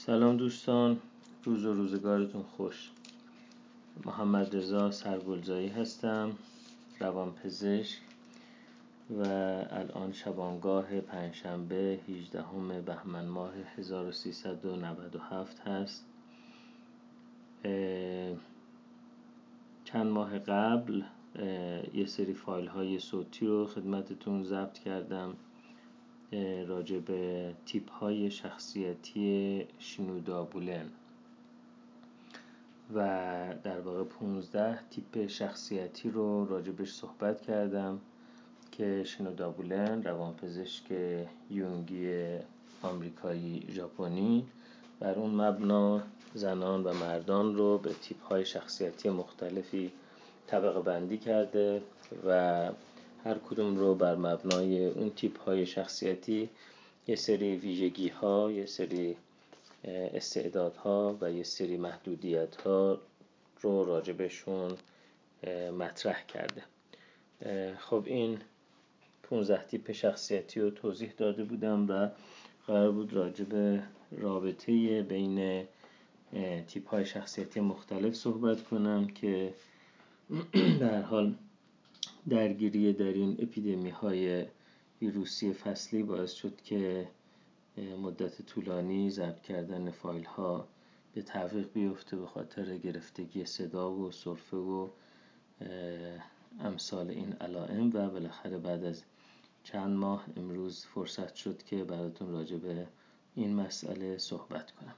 سلام دوستان، روز و روزگارتون خوش. محمد رضا سرگلزایی هستم، روانپزشک و الان شبانگاه پنجشنبه 18 بهمن ماه 1397 هست. چند ماه قبل یه سری فایل های صوتی رو خدمتتون ضبط کردم راجع به تیپ های شخصیتی شینودا بولن و در واقع 15 تیپ شخصیتی رو راجبش صحبت کردم که شینودا بولن، روانپزشک یونگی آمریکایی ژاپنی، بر اون مبنا زنان و مردان رو به تیپ های شخصیتی مختلفی طبقه بندی کرده و هر کدوم رو بر مبنای اون تیپ های شخصیتی یه سری ویژگی ها، یه سری استعدادها و یه سری محدودیت ها رو راجبشون مطرح کرده. خب این 15 تیپ شخصیتی رو توضیح داده بودم و قرار بود راجب رابطه بین تیپ های شخصیتی مختلف صحبت کنم که به هر حال درگیری در این اپیدمی های ویروسی فصلی باعث شد که مدت طولانی ضبط کردن فایل ها به تعویق بیفته به خاطر گرفتگی صدا و سرفه و امثال این علائم و بالاخره بعد از چند ماه امروز فرصت شد که براتون راجع به این مسئله صحبت کنم.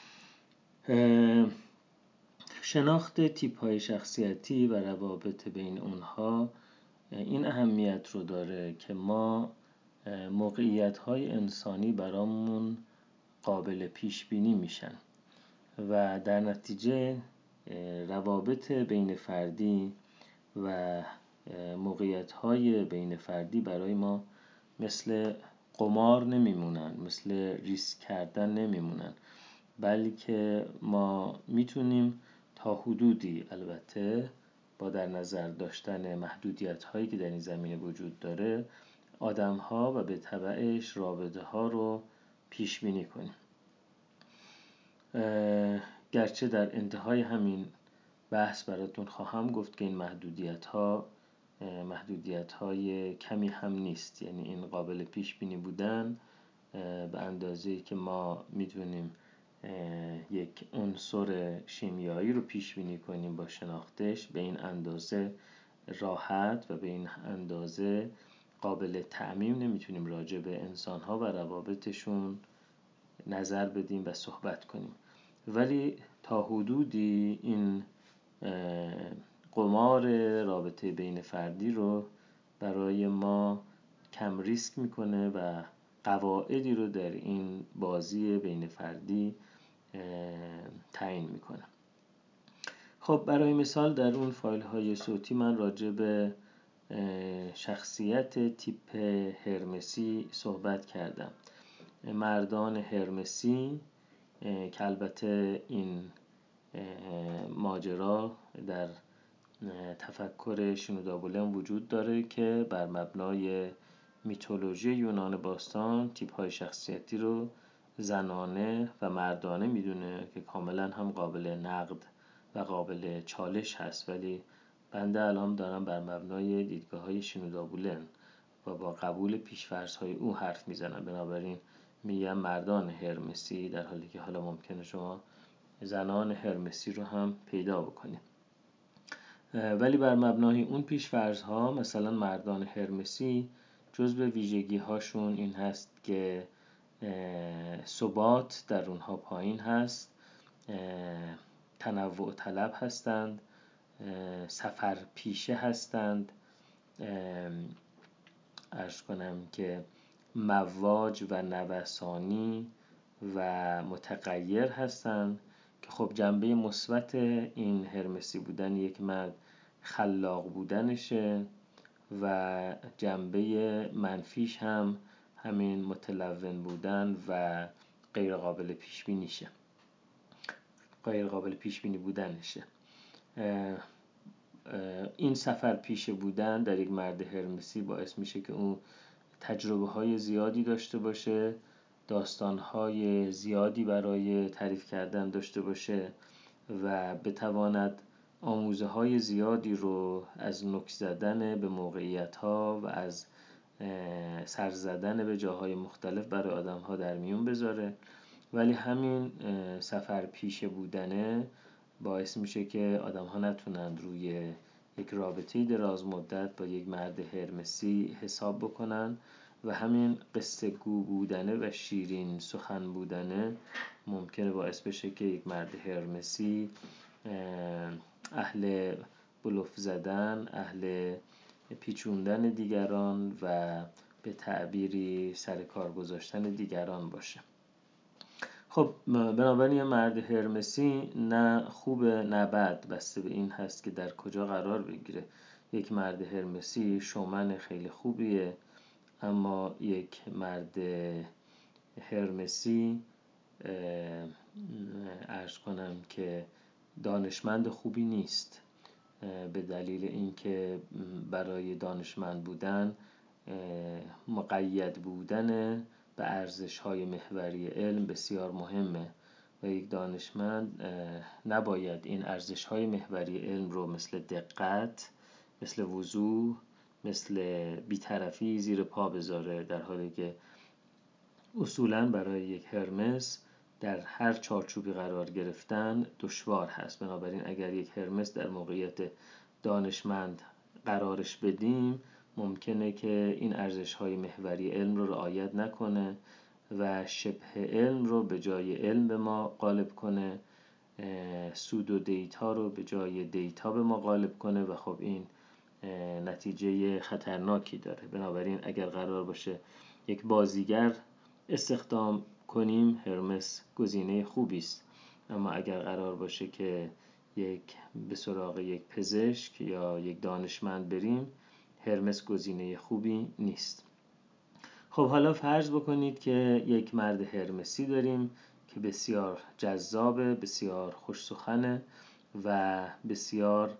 شناخت تیپ های شخصیتی و روابط بین اونها این اهمیت رو داره که ما موقعیت های انسانی برامون قابل پیش بینی میشن و در نتیجه روابط بین فردی و موقعیت های بین فردی برای ما مثل قمار نمیمونن، مثل ریسک کردن نمیمونن، بلکه ما میتونیم تا حدودی، البته با در نظر داشتن محدودیت هایی که در این زمینه وجود داره، آدم ها و به تبعش رابطه ها رو پیش بینی کنیم. گرچه در انتهای همین بحث براتون خواهم گفت که این محدودیت های کمی هم نیست، یعنی این قابل پیش بینی بودن به اندازه‌ای که ما میتونیم یک عنصر شیمیایی رو پیش بینی کنیم با شناختش، به این اندازه راحت و به این اندازه قابل تعمیم نمیتونیم راجع به انسان‌ها و روابطشون نظر بدیم و صحبت کنیم. ولی تا حدودی این قمار رابطه بین فردی رو برای ما کم ریسک میکنه و قواعدی رو در این بازی بین فردی تعیین میکنه. خب برای مثال در اون فایل های صوتی من راجع به شخصیت تیپ هرمسی صحبت کردم. مردان هرمسی که البته این ماجرا در تفکر شینودا بولن وجود داره که بر مبنای میتولوژی یونان باستان تیپ های شخصیتی رو زنانه و مردانه میدونه که کاملا هم قابل نقد و قابل چالش هست، ولی بنده الان دارم بر مبنای دیدگاه های شینودا بولن و با قبول پیش‌فرض های او حرف میزنم. بنابراین میگم مردان هرمسی، در حالی که حالا ممکنه شما زنان هرمسی رو هم پیدا بکنید. ولی بر مبنای اون پیش‌فرض ها مثلا مردان هرمسی جزو ویژگی هاشون این هست که ثبات در اونها پایین هست، تنوع طلب هستند، سفر پیشه هستند، عرض کنم که مواج و نوسانی و متغیر هستند که خب جنبه مثبت این هرمسی بودن یک مرد خلاق بودنشه و جنبه منفیش هم همین متلون بودن و غیر قابل پیش بینی بودنشه. این سفر پیشه بودن در یک مرد هرمسی باعث میشه که اون تجربه های زیادی داشته باشه، داستانهای زیادی برای تعریف کردن داشته باشه و بتواند آموزه های زیادی رو از نوک زدن به موقعیت ها و از سر زدن به جاهای مختلف برای آدم ها در میون بذاره، ولی همین سفر پیشه بودنه باعث میشه که آدم ها نتونند روی یک رابطه دراز مدت با یک مرد هرمسی حساب بکنن و همین قصه گو بودنه و شیرین سخن بودنه ممکنه باعث بشه که یک مرد هرمسی اهل بلوف زدن، اهل پیچوندن دیگران و به تعبیری سر کار گذاشتن دیگران باشه. خب بنابراین مرد هرمسی نه خوبه نه بد، بسته به این هست که در کجا قرار بگیره. یک مرد هرمسی شومن خیلی خوبیه، اما یک مرد هرمسی عرض کنم که دانشمند خوبی نیست، به دلیل اینکه برای دانشمند بودن مقید بودن به ارزش‌های محوری علم بسیار مهمه و یک دانشمند نباید این ارزش‌های محوری علم رو مثل دقت، مثل وضوح، مثل بی‌طرفی زیر پا بذاره، در حالی که اصولاً برای یک هرمس در هر چارچوبی قرار گرفتن دشوار هست. بنابراین اگر یک هرمس در موقعیت دانشمند قرارش بدیم ممکنه که این ارزش‌های محوری علم رو رعایت نکنه و شبه علم رو به جای علم به ما غالب کنه، سودو دیتا رو به جای دیتا به ما غالب کنه و خب این نتیجه خطرناکی داره. بنابراین اگر قرار باشه یک بازیگر استخدام کنیم هرمس گزینه خوبی است، اما اگر قرار باشه که به سراغ یک پزشک یا یک دانشمند بریم هرمس گزینه خوبی نیست. خب حالا فرض بکنید که یک مرد هرمسی داریم که بسیار جذابه، بسیار خوش سخنه و بسیار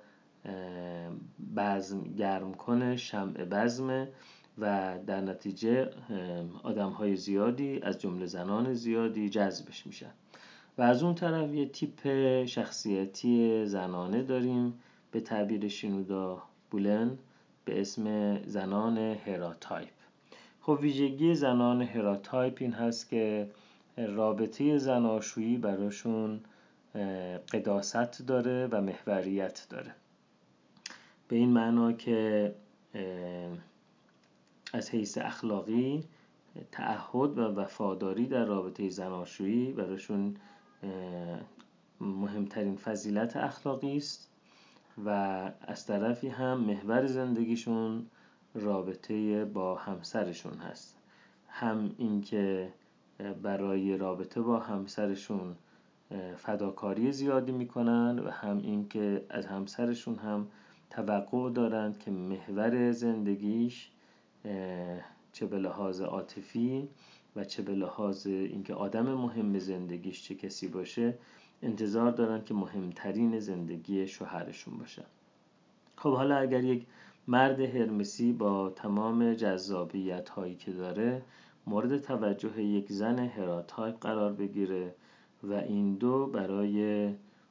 بزم گرم کنه، شمع بزمه و در نتیجه آدم‌های زیادی از جمله زنان زیادی جذبش میشن. و از اون طرف یه تیپ شخصیتی زنانه داریم به تعبیر شینودا بولن به اسم زنان هراتایپ. خب ویژگی زنان هراتایپ این هست که رابطه زناشویی براشون قداست داره و محوریت داره، به این معنا که از حیث اخلاقی تعهد و وفاداری در رابطه زناشویی براشون مهمترین فضیلت اخلاقی است و از طرفی هم محور زندگیشون رابطه با همسرشون هست. هم این که برای رابطه با همسرشون فداکاری زیادی میکنن و هم این که از همسرشون هم توقع دارند که محور زندگیش چه به لحاظ عاطفی و چه به لحاظ اینکه آدم مهم زندگیش چه کسی باشه انتظار دارن که مهمترین زندگی شوهرشون باشه. خب حالا اگر یک مرد هرمسی با تمام جذابیت هایی که داره مورد توجه یک زن هراتایپ قرار بگیره و این دو برای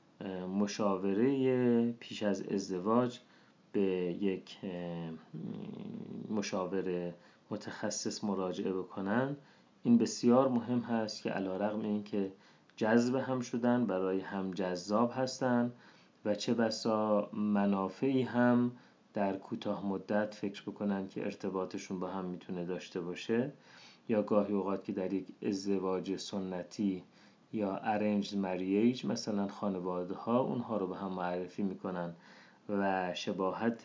مشاوره پیش از ازدواج به یک مشاور متخصص مراجعه بکنن، این بسیار مهم هست که علیرغم این که جذب هم شدن برای هم جذاب هستن و چه بسا منافعی هم در کوتاه مدت فکر بکنن که ارتباطشون با هم میتونه داشته باشه، یا گاهی اوقات که در یک ازدواج سنتی یا ارنجد مرییج مثلا خانواده ها اونها رو به هم معرفی میکنن و شباهت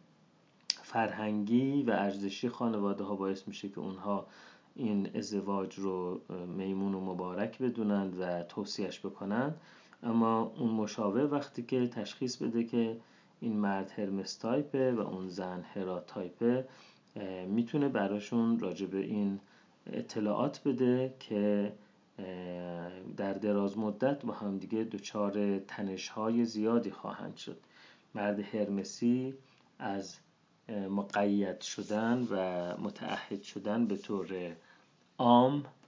فرهنگی و ارزشی خانواده ها باعث میشه که اونها این ازدواج رو میمون و مبارک بدونن و توصیهش بکنن، اما اون مشاور وقتی که تشخیص بده که این مرد هرمس تایپه و اون زن هرا تایپه میتونه براشون راجع به این اطلاعات بده که در دراز مدت با هم دیگه دچار تنش‌های زیادی خواهند شد. مرد هرمسی از مقید شدن و متعهد شدن به طور عام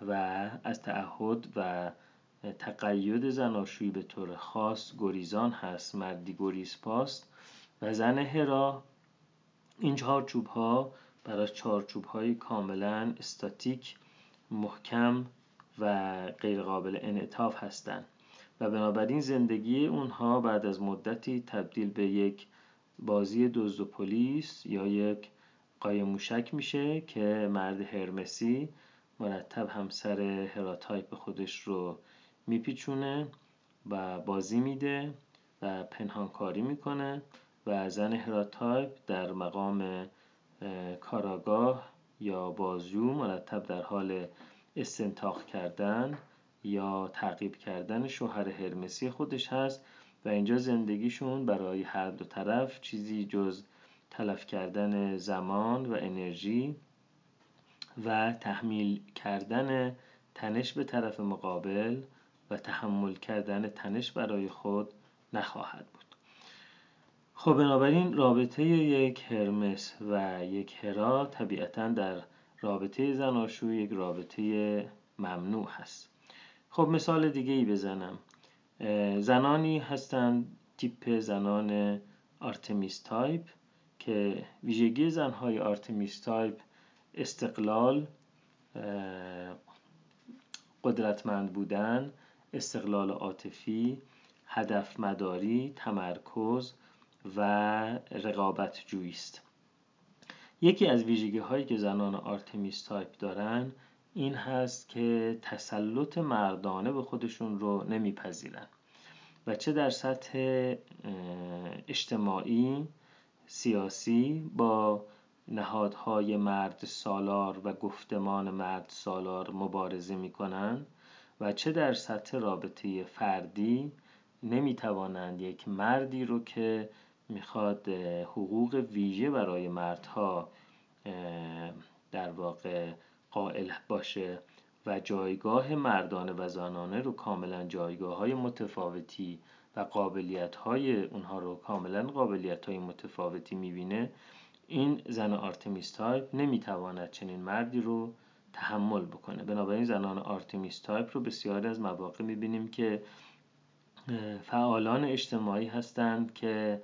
و از تعهد و تقید زناشویی به طور خاص گریزان هست، مردی گریزپاست. و زن هرا این چارچوب ها برای چارچوب های کاملا استاتیک، محکم و غیر قابل انعطاف هستند و بنابراین زندگی اونها بعد از مدتی تبدیل به یک بازی دزد و پلیس یا یک قایم موشک میشه که مرد هرمسی مرتب همسر هراتایپ خودش رو میپیچونه و بازی میده و پنهانکاری میکنه و زن هراتایپ در مقام کاراگاه یا بازجو مرتب در حال استنطاق کردن یا تعقیب کردن شوهر هرمسی خودش هست و اینجا زندگیشون برای هر دو طرف چیزی جز تلف کردن زمان و انرژی و تحمیل کردن تنش به طرف مقابل و تحمل کردن تنش برای خود نخواهد بود. خب بنابراین رابطه یک هرمس و یک هرا طبیعتاً در رابطه زناشویی یک رابطه ممنوع هست. خب مثال دیگه ای بزنم. زنانی هستند تیپ زنان آرتمیس تایپ که ویژگی زنهای آرتمیس تایپ استقلال، قدرتمند بودن، استقلال عاطفی، هدف مداری، تمرکز و رقابت جویی است. یکی از ویژگی هایی که زنان آرتمیس تایپ دارن این هست که تسلط مردانه به خودشون رو نمیپذیرن و چه در سطح اجتماعی، سیاسی با نهادهای مرد سالار و گفتمان مرد سالار مبارزه میکنن و چه در سطح رابطه فردی نمیتوانند یک مردی رو که میخواد حقوق ویژه برای مردها در واقع قائل باشه و جایگاه مردانه و زنانه رو کاملا جایگاه‌های متفاوتی و قابلیت‌های اونها رو کاملا قابلیت‌های متفاوتی می‌بینه، این زن آرتمیس تایپ نمی‌تواند چنین مردی رو تحمل بکنه. بنابراین زنان آرتمیس تایپ رو بسیاری از مواقع می‌بینیم که فعالان اجتماعی هستند که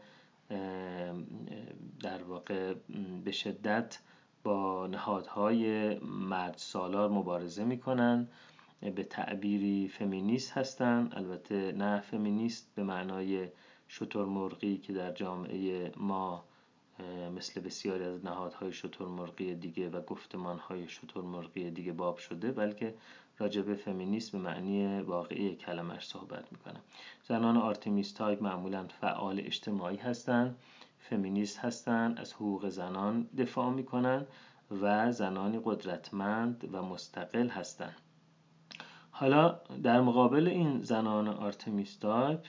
در واقع به شدت با نهادهای مرد سالار مبارزه میکنن، به تعبیری فمینیست هستن. البته نه فمینیست به معنای شترمرغی که در جامعه ما مثل بسیاری از نهادهای شترمرغی دیگه و گفتمانهای شترمرغی دیگه باب شده، بلکه راجب فمینیست به معنی واقعی کلمش صحبت میکنم. زنان آرتمیس تایپ معمولا فعال اجتماعی هستند، فمینیست هستند، از حقوق زنان دفاع میکنن و زنانی قدرتمند و مستقل هستند. حالا در مقابل این زنان آرتمیس تایپ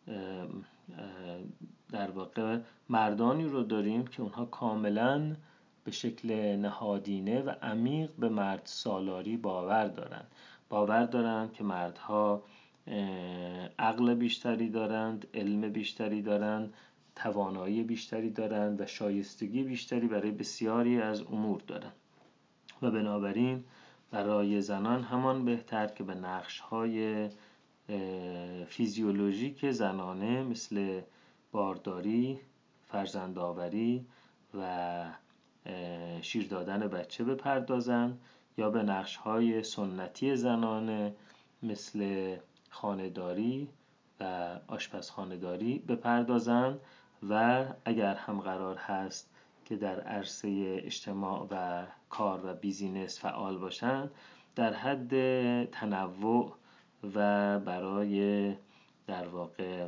در واقع مردانی رو داریم که اونها کاملا به شکل نهادینه و عمیق به مرد سالاری باور دارند که مردها عقل بیشتری دارند، علم بیشتری دارند، توانایی بیشتری دارند و شایستگی بیشتری برای بسیاری از امور دارند و بنابراین برای زنان همان بهتر که به نقش‌های فیزیولوژیک زنانه مثل بارداری، فرزندآوری و شیر دادن بچه بپردازند یا به نقش‌های سنتی زنانه مثل خانه‌داری و آشپزخانه‌داری بپردازند و اگر هم قرار هست که در عرصه اجتماع و کار و بیزینس فعال باشند در حد تنوع و برای در واقع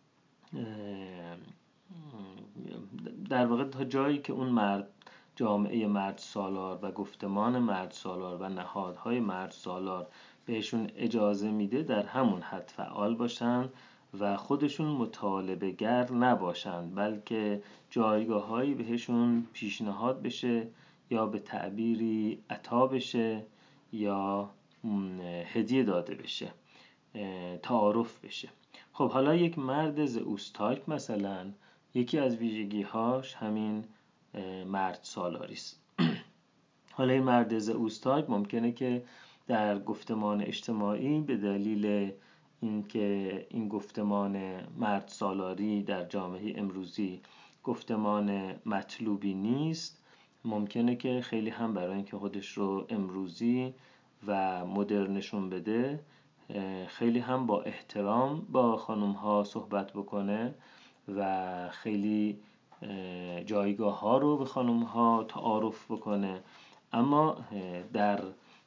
تا جایی که اون جامعه مرد سالار و گفتمان مرد سالار و نهادهای مرد سالار بهشون اجازه میده در همون حد فعال باشن و خودشون مطالبه گر نباشن، بلکه جایگاه‌هایی بهشون پیشنهاد بشه یا به تعبیری عطا بشه یا هدیه داده بشه، تعارف بشه. خب حالا یک مرد زئوس تایپ مثلا یکی از ویژگی‌هاش همین مرد سالاری است. حالا این مرد زئوس تایپ ممکنه که در گفتمان اجتماعی به دلیل اینکه این گفتمان مرد سالاری در جامعه امروزی گفتمان مطلوبی نیست، ممکنه که خیلی هم برای اینکه خودش رو امروزی و مدرن نشون بده خیلی هم با احترام با خانم ها صحبت بکنه و خیلی جایگاه ها رو به خانم ها تعارف بکنه، اما در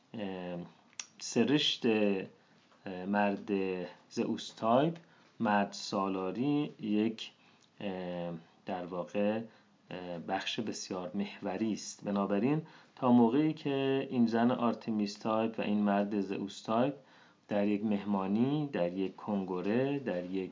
سرشت مرد زئوس تایپ، مرد سالاری، یک در واقع بخش بسیار محوری است. بنابراین تا موقعی که این زن آرتمیس تایپ و این مرد زئوس تایپ در یک مهمانی، در یک کنگره، در یک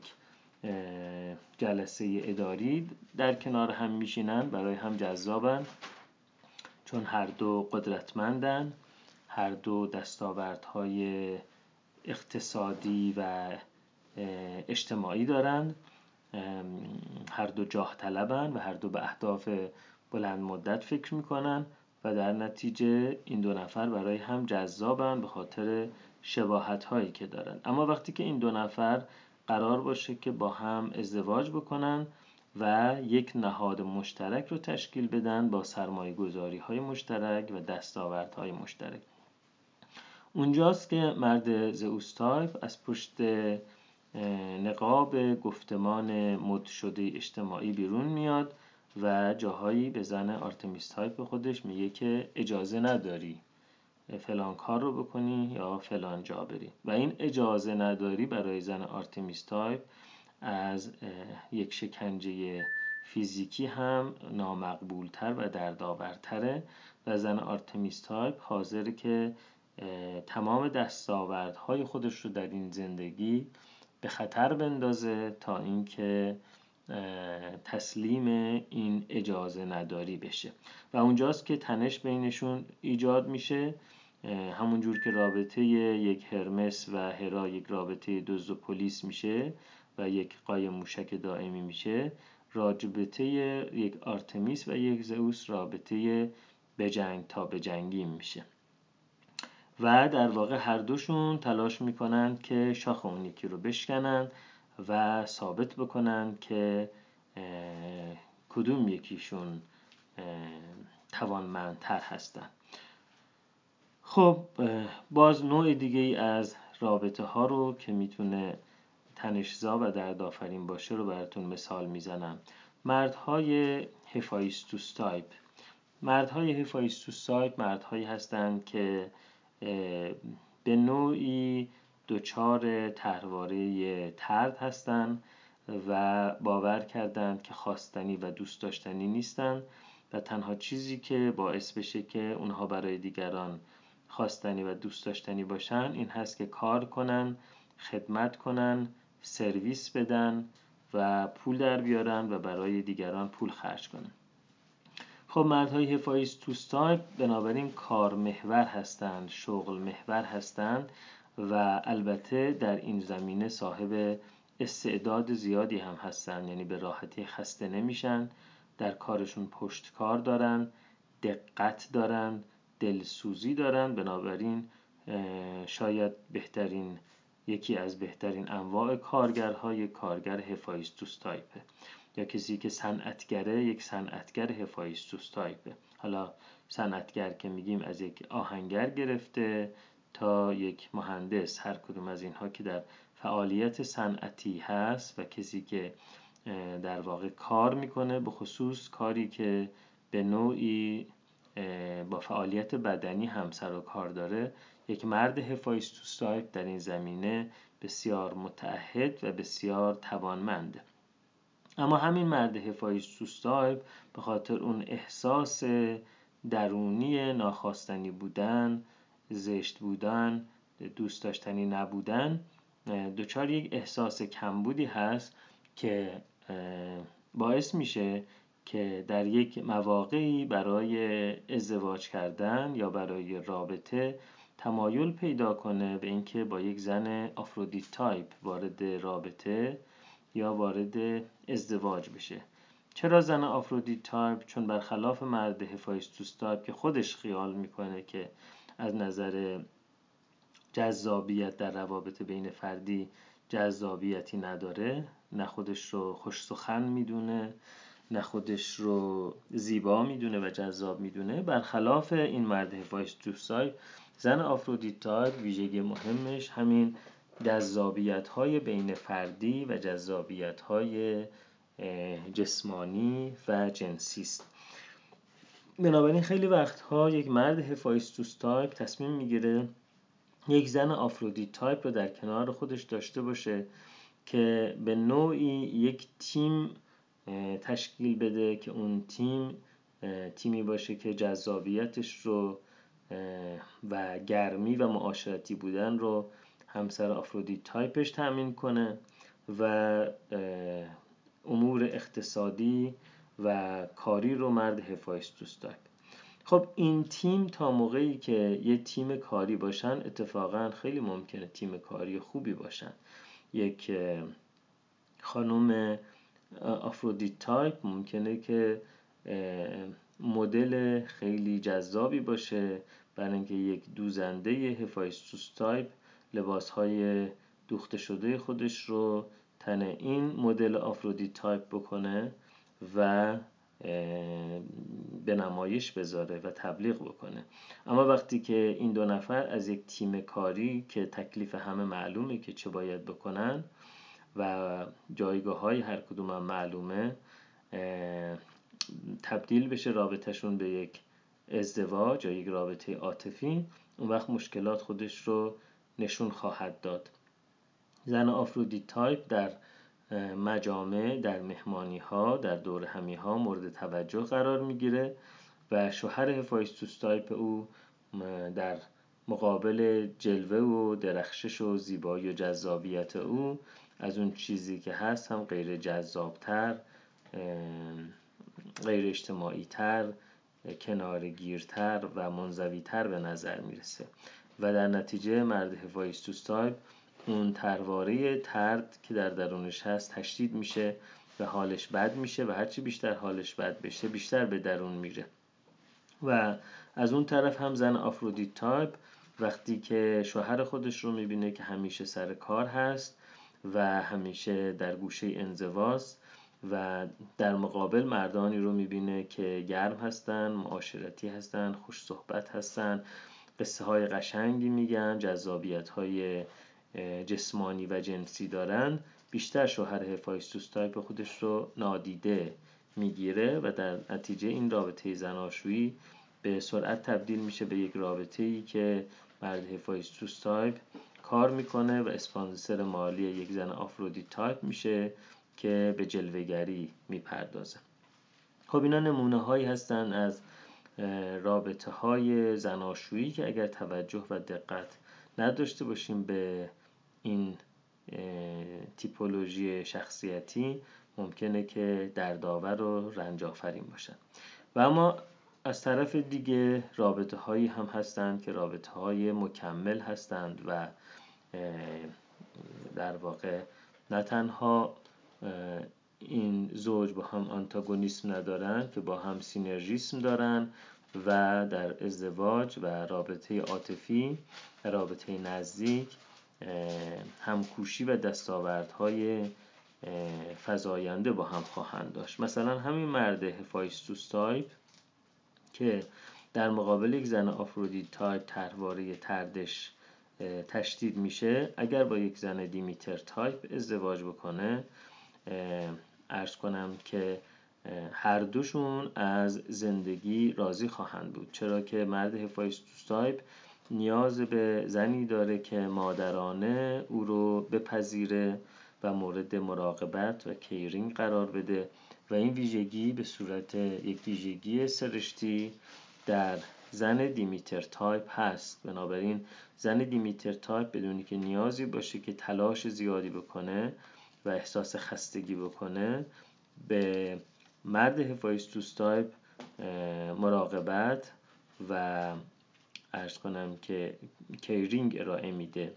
جلسه اداری در کنار هم میشینن، برای هم جذابن، چون هر دو قدرتمندن، هر دو دستاوردهای اقتصادی و اجتماعی دارند، هر دو جاه طلبن و هر دو به اهداف بلند مدت فکر میکنن و در نتیجه این دو نفر برای هم جذابن به خاطر شباهت هایی که دارن. اما وقتی که این دو نفر قرار باشه که با هم ازدواج بکنن و یک نهاد مشترک رو تشکیل بدن با سرمایه گذاری های مشترک و دستاورد های مشترک، اونجاست که مرد زئوس تایپ از پشت نقاب گفتمان مد شده اجتماعی بیرون میاد و جاهایی به زن آرتمیس تایپ خودش میگه که اجازه نداری فلان کار رو بکنی یا فلان جا بری. و این اجازه نداری برای زن آرتمیس تایپ از یک شکنجه فیزیکی هم نامقبولتر و دردآورتره و زن آرتمیس تایپ حاضره که تمام دستاوردهای خودش رو در این زندگی به خطر بندازه تا اینکه تسلیم این اجازه نداری بشه و اونجاست که تنش بینشون ایجاد میشه، همون جور که رابطه یک هرمس و هرا یک رابطه دزد و پلیس میشه و یک قایم موشک دائمی میشه، رابطه یک آرتمیس و یک زئوس رابطه بجنگ تا بجنگیم میشه و در واقع هر دوشون تلاش میکنن که شاخ اون یکی رو بشکنن و ثابت بکنن که کدوم یکیشون توانمندتر هستن. خب باز نوع دیگه ای از رابطه ها رو که میتونه تنش‌زا و دردآفرین باشه رو براتون مثال میزنم. مردهای هفایستوس تایپ. مردهای هفایستوس تایپ مردهایی هستند که به نوعی دچار طرحواره طرد هستند و باور کردند که خواستنی و دوست داشتنی نیستند و تنها چیزی که باعث بشه که اونها برای دیگران خواستنی و دوست داشتنی باشن این هست که کار کنن، خدمت کنن، سرویس بدن و پول در بیارن و برای دیگران پول خرج کنن. خب مردهای هفایستوس تایپ بنابراین کار محور هستند، شغل محور هستند و البته در این زمینه صاحب استعداد زیادی هم هستند، یعنی به راحتی خسته نمیشن، در کارشون پشتکار دارن، دقت دارن، دلسوزی دارن. بنابراین شاید یکی از بهترین انواع کارگرهای کارگر هفایستوس تایپه، یا کسی که صنعتگره یک صنعتگر هفایستوس تایپه. حالا صنعتگر که میگیم از یک آهنگر گرفته تا یک مهندس، هر کدوم از اینها که در فعالیت صنعتی هست و کسی که در واقع کار میکنه، به خصوص کاری که به نوعی با فعالیت بدنی هم سر و کار داره، یک مرد هفایستوس تایپ در این زمینه بسیار متعهد و بسیار توانمنده. اما همین مرد هفایستوس تایپ به خاطر اون احساس درونی ناخواستنی بودن، زشت بودن، دوست داشتنی نبودن، دچار یک احساس کمبودی هست که باعث میشه که در یک مواقعی برای ازدواج کردن یا برای رابطه تمایل پیدا کنه به اینکه با یک زن آفرودیت تایپ وارد رابطه یا وارد ازدواج بشه. چرا زن آفرودیت تایپ؟ چون برخلاف مرد هفایستوس تایپ که خودش خیال میکنه که از نظر جذابیت در روابط بین فردی جذابیتی نداره، نه خودش رو خوش سخن میدونه، نه خودش رو زیبا میدونه و جذاب میدونه. برخلاف این مرد هفایستوس، زن آفرودیت تایپ ویژگی مهمش همین جذابیت‌های بین فردی و جذابیت‌های جسمانی و جنسی است. بنابراین خیلی وقتها یک مرد هفایستوس تایپ تصمیم میگیره یک زن آفرودیت تایپ رو در کنار خودش داشته باشه که به نوعی یک تیم تشکیل بده که اون تیمی باشه که جذابیتش رو و گرمی و معاشرتی بودن رو همسر آفرودیت تایپش تأمین کنه و امور اقتصادی و کاری رو مرد هفایستوس تایپ. خب این تیم تا موقعی که یه تیم کاری باشن، اتفاقا خیلی ممکنه تیم کاری خوبی باشن. یک خانم آفرودیت تایپ ممکنه که مدل خیلی جذابی باشه، برای اینکه یک دوزنده هفایستوس تایپ لباسهای دوخته شده خودش رو تن این مدل آفرودیت تایپ بکنه و به نمایش بذاره و تبلیغ بکنه. اما وقتی که این دو نفر از یک تیم کاری که تکلیف همه معلومه که چه باید بکنن و جایگاه های هر کدوم هم معلومه، تبدیل بشه رابطهشون به یک ازدواج یا یک رابطه عاطفی، اون وقت مشکلات خودش رو نشون خواهد داد. زن آفرودیت تایپ در مجامع، در مهمانی ها، در دور همی ها مورد توجه قرار میگیره و شوهر هفایستوس تایپ او در مقابل جلوه و درخشش و زیبایی و جذابیت او از اون چیزی که هست هم غیر جذابتر، غیر اجتماعی تر، کنارگیرتر و منزویتر به نظر میرسه و در نتیجه مرد هفایستوس تایپ اون ترواره ترد که در درونش هست تشدید میشه و حالش بد میشه و هرچی بیشتر حالش بد بشه بیشتر به درون میره. و از اون طرف هم زن آفرودیت تایپ وقتی که شوهر خودش رو میبینه که همیشه سر کار هست و همیشه در گوشه انزواست و در مقابل مردانی رو میبینه که گرم هستن، معاشرتی هستن، خوش صحبت هستن، قصه های قشنگی میگن، جذابیت های جسمانی و جنسی دارن، بیشتر شوهر هفایستوس تایپ خودش رو نادیده میگیره و در نتیجه این رابطه زناشویی به سرعت تبدیل میشه به یک رابطه‌ای که مرد هفایستوس تایپ کار میکنه و اسپانسر مالی یک زن آفرودیت تایپ میشه که به جلوه‌گری میپردازه. خب اینا نمونه هایی هستن از رابطه های زناشویی که اگر توجه و دقت نداشته باشیم به این تیپولوژی شخصیتی ممکنه که دردآور و رنج آفرین باشن. و اما از طرف دیگه رابطه هایی هم هستند که رابطه های مکمل هستند و در واقع نه تنها این زوج با هم آنتاگونیسم ندارن که با هم سینرژیسم دارن و در ازدواج و رابطه عاطفی و رابطه نزدیک همکوشی و دستاوردهای فزاینده با هم خواهند داشت. مثلا همین مرد هفایستوس تایپ که در مقابل یک زن آفرودیت تایپ طرحواره تردش تشدید میشه، اگر با یک زن دیمیتر تایپ ازدواج بکنه، عرض کنم که هر دوشون از زندگی راضی خواهند بود، چرا که مرد هفایستوس تایپ نیاز به زنی داره که مادرانه او رو بپذیره و مورد مراقبت و کیرینگ قرار بده و این ویژگی به صورت یک ویژگی سرشتی در زن دیمیتر تایپ هست. بنابراین زن دیمیتر تایپ بدونی که نیازی باشه که تلاش زیادی بکنه و احساس خستگی بکنه، به مرد هفایستوس تایپ مراقبت و عرض کنم که کیرینگ ارائه میده،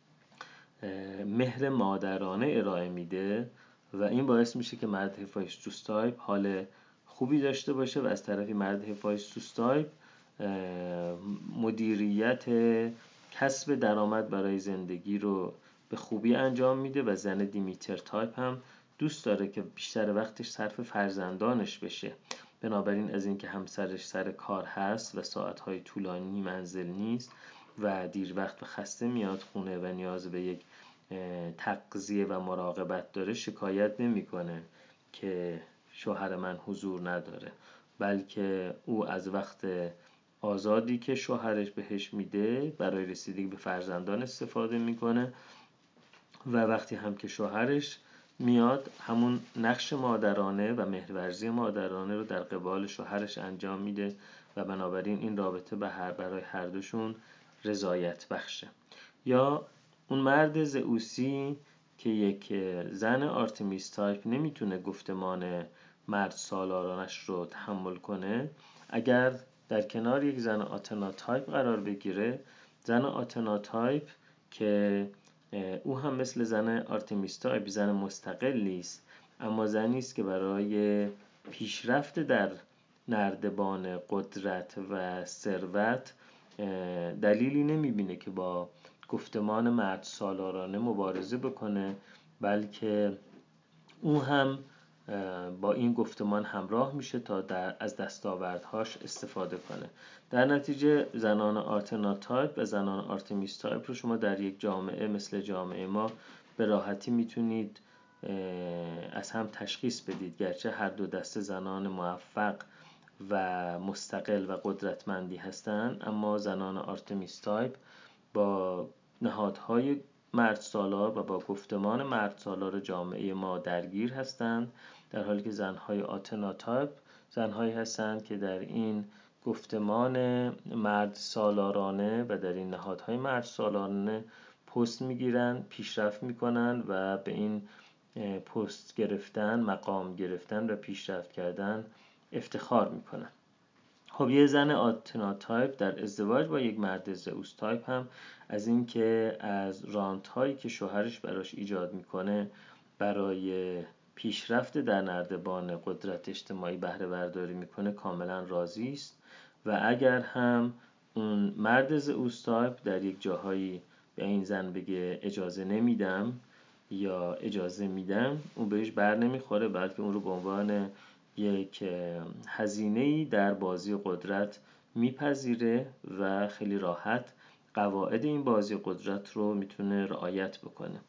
مهر مادرانه ارائه میده و این باعث میشه که مرد هفایستوس تایپ حال خوبی داشته باشه و از طرفی مرد هفایستوس تایپ مدیریت کسب درآمد برای زندگی رو به خوبی انجام میده و زن دیمیتر تایپ هم دوست داره که بیشتر وقتش صرف فرزندانش بشه. بنابراین از اینکه همسرش سر کار هست و ساعتهای طولانی منزل نیست و دیر وقت و خسته میاد خونه و نیاز به یک تغذیه و مراقبت داره شکایت نمیکنه که شوهر من حضور نداره، بلکه او از وقت آزادی که شوهرش بهش میده برای رسیدگی به فرزندان استفاده میکنه و وقتی هم که شوهرش میاد همون نقش مادرانه و مهرورزی مادرانه رو در قبال شوهرش انجام میده و بنابراین این رابطه برای هر دوشون رضایت بخشه. یا اون مرد زئوسی که یک زن آرتمیس تایپ نمیتونه گفتمان مرد سالارانش رو تحمل کنه، اگر در کنار یک زن آتنا تایپ قرار بگیره، زن آتنا تایپ که او هم مثل زن آرتمیس تایپ زن مستقلی است، اما زنی است که برای پیشرفت در نردبان قدرت و ثروت دلیلی نمیبینه که با گفتمان مرد سالارانه مبارزه بکنه، بلکه او هم با این گفتمان همراه میشه تا از دستاوردهاش استفاده کنه. در نتیجه زنان آتنا تایپ و زنان آرتمیس تایپ رو شما در یک جامعه مثل جامعه ما به راحتی میتونید از هم تشخیص بدید، گرچه هر دو دسته زنان موفق و مستقل و قدرتمندی هستند، اما زنان آرتمیس تایپ با نهادهای مرد سالار و با گفتمان مرد سالار جامعه ما درگیر هستند، در حالی که زنهای آتنا تایپ زنهایی هستند که در این گفتمان مرد سالارانه و در این نهادهای مرد سالارانه پست میگیرن، پیشرفت میکنن و به این پست گرفتن، مقام گرفتن و پیشرفت کردن افتخار میکنن. خب یه زن آتنا تایپ در ازدواج با یک مرد زئوس تایپ هم از این که از رانت هایی که شوهرش براش ایجاد میکنه برای پیشرفت در نردبان قدرت اجتماعی بهره برداری میکنه کاملا راضی است و اگر هم اون مرد زئوس تایپ در یک جاهایی به این زن بگه اجازه نمیدم یا اجازه میدم، اون بهش بر نمیخوره، بلکه اون رو به عنوان یک هزینه‌ای در بازی قدرت میپذیره و خیلی راحت قواعد این بازی قدرت رو میتونه رعایت بکنه.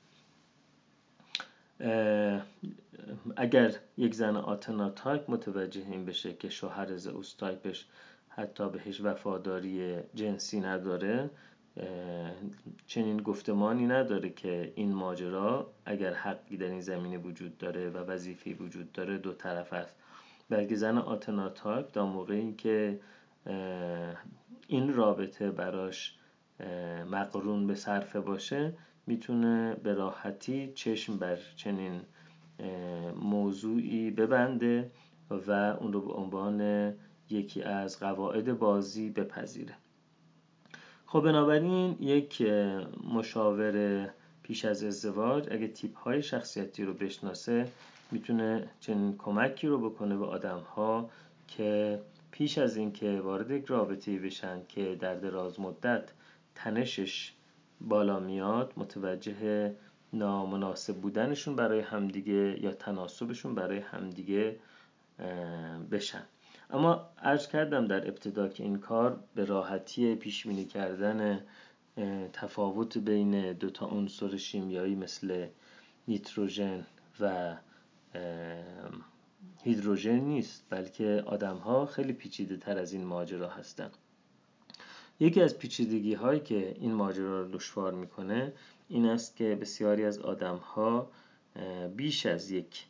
اگر یک زن آتنا تایپ متوجه این بشه که شوهر زئوس تایپش حتی بهش وفاداری جنسی نداره، چنین گفتمانی نداره که این ماجرا اگر حقی در این زمینه وجود داره و وظیفه‌ای وجود داره دو طرف است، بلکه زن آتنا تایپ تا موقعی که این رابطه براش مقرون به صرفه باشه میتونه به راحتی چشم بر چنین موضوعی ببنده و اون رو به عنوان یکی از قواعد بازی بپذیره. خب بنابراین یک مشاور پیش از ازدواج اگه تیپ های شخصیتی رو بشناسه میتونه چنین کمکی رو بکنه به آدم ها که پیش از این که وارد یک رابطه‌ای بشن که در دراز مدت تنشش بالا میاد متوجه نامناسب بودنشون برای همدیگه یا تناسبشون برای همدیگه بشن. اما عرض کردم در ابتدا که این کار به راحتی پیش بینی کردن تفاوت بین دو تا عنصر شیمیایی مثل نیتروژن و هیدروژن نیست، بلکه آدم‌ها خیلی پیچیده تر از این ماجرا هستن. یکی از پیچیدگی هایی که این ماجرا رو دشوار میکنه این است که بسیاری از آدم‌ها بیش از یک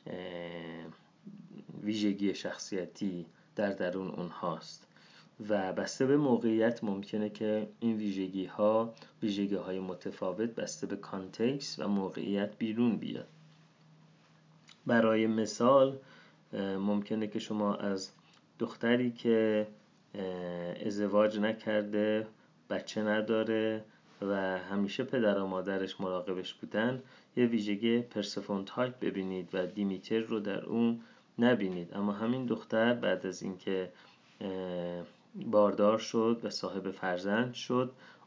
ویژگی شخصیتی در درون اونهاست و بسته به موقعیت ممکنه که این ویژگی های متفاوت بسته به کانتکست و موقعیت بیرون بیاد. برای مثال ممکنه که شما از دختری که ازدواج نکرده، بچه نداره و همیشه پدر و مادرش مراقبش بودن یه ویژگی پرسفون تایپ ببینید و دیمیتر رو در اون نبینید، اما همین دختر بعد از اینکه باردار شد و صاحب فرزند شد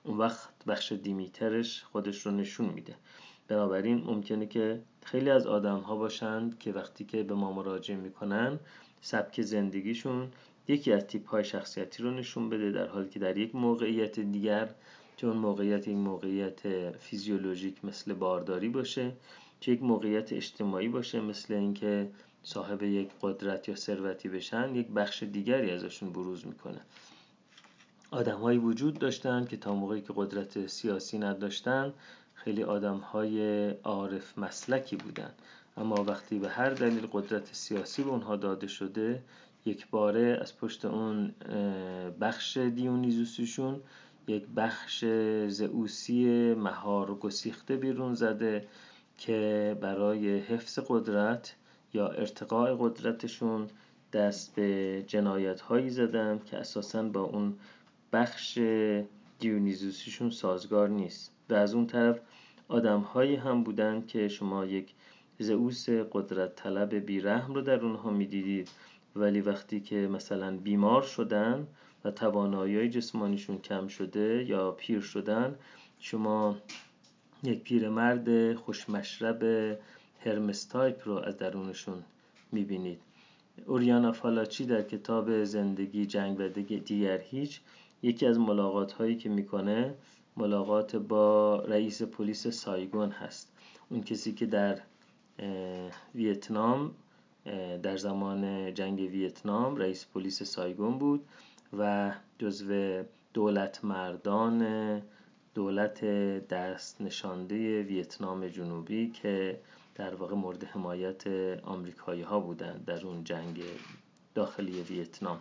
اون وقت بخش دیمیترش خودش رو نشون میده. بنابراین ممکنه که خیلی از آدم ها باشند که وقتی که به ما مراجعه میکنن سبک زندگیشون یکی از تیپ های شخصیتی رو نشون بده، در حالی که در یک موقعیت دیگر، چون موقعیت این موقعیت فیزیولوژیک مثل بارداری باشه، چه یک موقعیت اجتماعی باشه مثل اینکه صاحب یک قدرت یا ثروتی بشن، یک بخش دیگری ازشون بروز میکنه. آدم‌هایی وجود داشتن که تا موقعی که قدرت سیاسی نداشتن خیلی آدم‌های عارف مسلکی بودن، اما وقتی به هر دلیل قدرت سیاسی به اونها داده شده، یک باره از پشت اون بخش دیونیزوسیشون یک بخش زئوسی مهار گسیخته بیرون زده که برای حفظ قدرت یا ارتقاء قدرتشون دست به جنایت هایی زدن که اساساً با اون بخش دیونیزوسیشون سازگار نیست. و از اون طرف آدم هایی هم بودن که شما یک زئوس قدرت طلب بیرحم رو در اونها میدیدید، ولی وقتی که مثلا بیمار شدن و توانایی جسمانیشون کم شده یا پیر شدن، شما یک پیرمرد خوشمشرب هرمس تایپ رو از درونشون میبینید. اوریانا فالاچی در کتاب زندگی، جنگ و دیگر هیچ، یکی از ملاقات هایی که میکنه ملاقات با رئیس پلیس سایگون هست. اون کسی که در ویتنام در زمان جنگ ویتنام رئیس پلیس سایگون بود و جزو دولت مردان دولت دست نشانده ویتنام جنوبی که در واقع مورد حمایت آمریکایی ها بودند در اون جنگ داخلی ویتنام.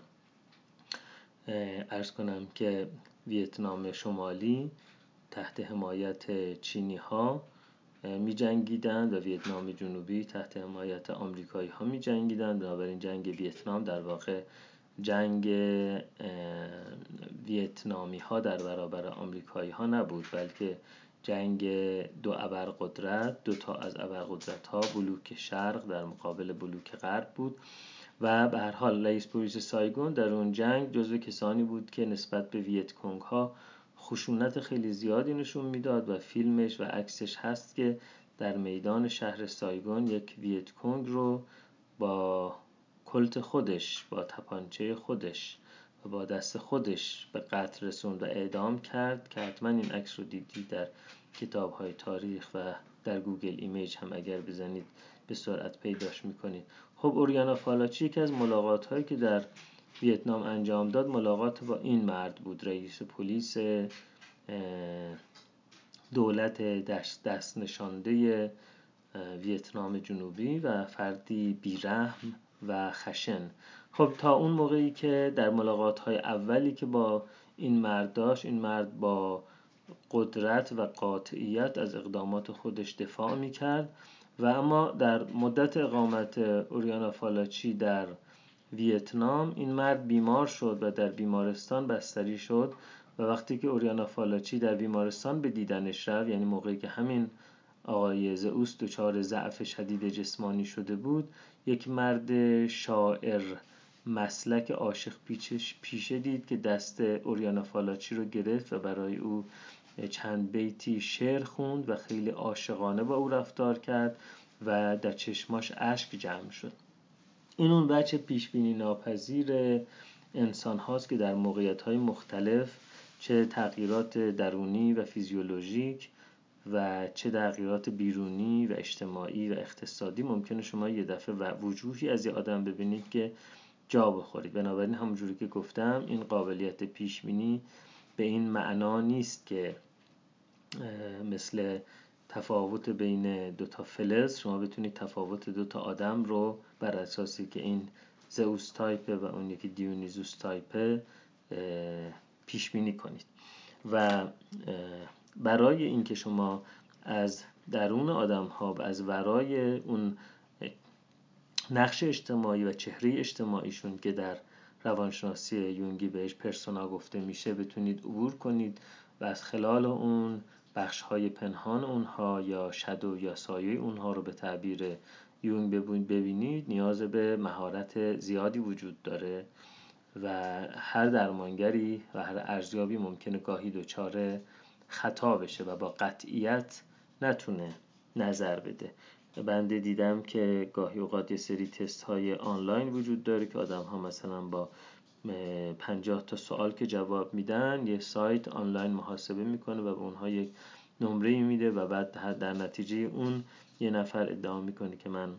عرض کنم که ویتنام شمالی تحت حمایت چینی ها می جنگیدند و ویتنام جنوبی تحت حمایت آمریکایی ها می جنگیدند. بنابراین جنگ ویتنام در واقع جنگ ویتنامی ها در برابر آمریکایی ها نبود، بلکه جنگ دو ابرقدرت، دو تا از ابرقدرت ها، بلوک شرق در مقابل بلوک غرب بود. و به هر حال رئیس پلیس سایگون در اون جنگ جزو کسانی بود که نسبت به ویت کنگ ها خشونت خیلی زیادی نشون میداد و فیلمش و عکسش هست که در میدان شهر سایگون یک ویت کنگ رو با کلت خودش، با تپانچه خودش و با دست خودش به قتل رسوند و اعدام کرد که حتما این عکس رو دیدید در کتاب‌های تاریخ و در گوگل ایمیج هم اگر بزنید به سرعت پیداش میکنید. خب اوریانا فالاچی که از ملاقات‌هایی که در ویتنام انجام داد ملاقات با این مرد بود، رئیس پلیس دولت دست نشانده ویتنام جنوبی و فردی بیرحم و خشن. خب تا اون موقعی که در ملاقات‌های اولی که با این مرد داشت، این مرد با قدرت و قاطعیت از اقدامات خودش دفاع می‌کرد و اما در مدت اقامت اوریانا فالاچی در ویتنام این مرد بیمار شد و در بیمارستان بستری شد و وقتی که اوریانا فالاچی در بیمارستان به دیدنش رفت، یعنی موقعی که همین آقای زئوس دچار ضعف شدید جسمانی شده بود، یک مرد شاعر مسلک عاشق پیشه دید که دست اوریانا فالاچی رو گرفت و برای او چند بیتی شعر خوند و خیلی عاشقانه با او رفتار کرد و در چشماش اشک جمع شد. این اون بچه پیشبینی ناپذیر انسان هاست که در موقعیت های مختلف چه تغییرات درونی و فیزیولوژیک و چه تغییرات بیرونی و اجتماعی و اقتصادی ممکنه شما یه دفعه وجوهی از یه آدم ببینید که جا بخورید. بنابراین همونجوری که گفتم این قابلیت پیشبینی به این معنا نیست که مثل تفاوت بین دو تا فلز شما بتونید تفاوت دو تا آدم رو بر اساسی که این زئوس تایپه و اون یکی دیونیزوس تایپه پیش بینی کنید. و برای اینکه شما از درون آدم ها و از ورای اون نقش اجتماعی و چهره اجتماعیشون که در روانشناسی یونگی بهش پرسونا گفته میشه بتونید عبور کنید و از خلال اون بخش‌های پنهان اونها یا شادو یا سایه اونها رو به تعبیر یونگ ببینید، نیاز به مهارت زیادی وجود داره و هر درمانگری و هر ارزیابی ممکنه گاهی دچار خطا بشه و با قطعیت نتونه نظر بده. بنده دیدم که گاهی اوقات یه سری تست های آنلاین وجود داره که آدم ها مثلا با 50 تا سوال که جواب میدن یه سایت آنلاین محاسبه میکنه و به اونها یک نمره میده و بعد در نتیجه اون یه نفر ادعا میکنه که من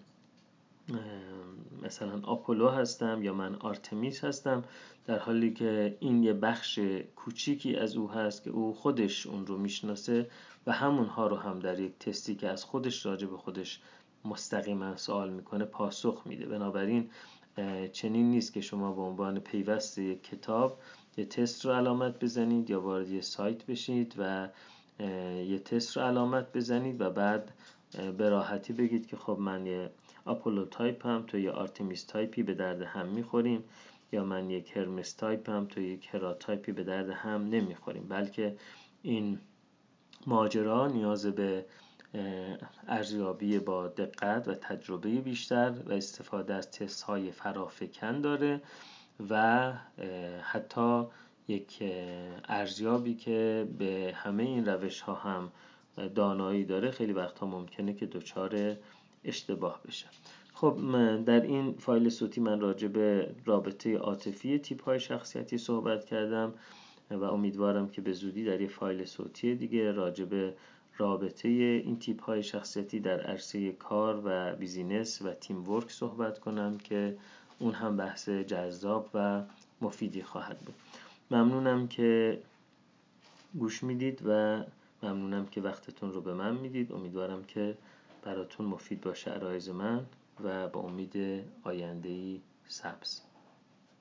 مثلا آپولو هستم یا من آرتمیس هستم، در حالی که این یه بخش کوچیکی از او هست که او خودش اون رو میشناسه و همونها رو هم در یک تستی که از خودش راجع به خودش مستقیما سوال میکنه پاسخ میده. بنابراین چنین نیست که شما به عنوان پیوست یک کتاب یه تست رو علامت بزنید یا وارد یه سایت بشید و یه تست رو علامت بزنید و بعد به راحتی بگید که خب من یه آپولو تایپ هم تو یه آرتمیس تایپی به درد هم میخوریم، یا من یک هرمس تایپ هم تو یک هرا تایپی به درد هم نمیخوریم. بلکه این ماجرا نیاز به ارزیابی با دقت و تجربه بیشتر و استفاده از تست های فرافکن داره و حتی یک ارزیابی که به همه این روش ها هم دانایی داره خیلی وقتها ممکنه که دچار اشتباه بشه. خب در این فایل صوتی من راجع به رابطه عاطفی تیپ های شخصیتی صحبت کردم و امیدوارم که به زودی در یک فایل صوتی دیگه راجع به رابطه این تیپ های شخصیتی در عرصه کار و بیزینس و تیم ورک صحبت کنم که اون هم بحث جذاب و مفیدی خواهد بود. ممنونم که گوش میدید و ممنونم که وقتتون رو به من میدید. امیدوارم که براتون مفید باشه عرایض من و با امید آینده‌ای سبز.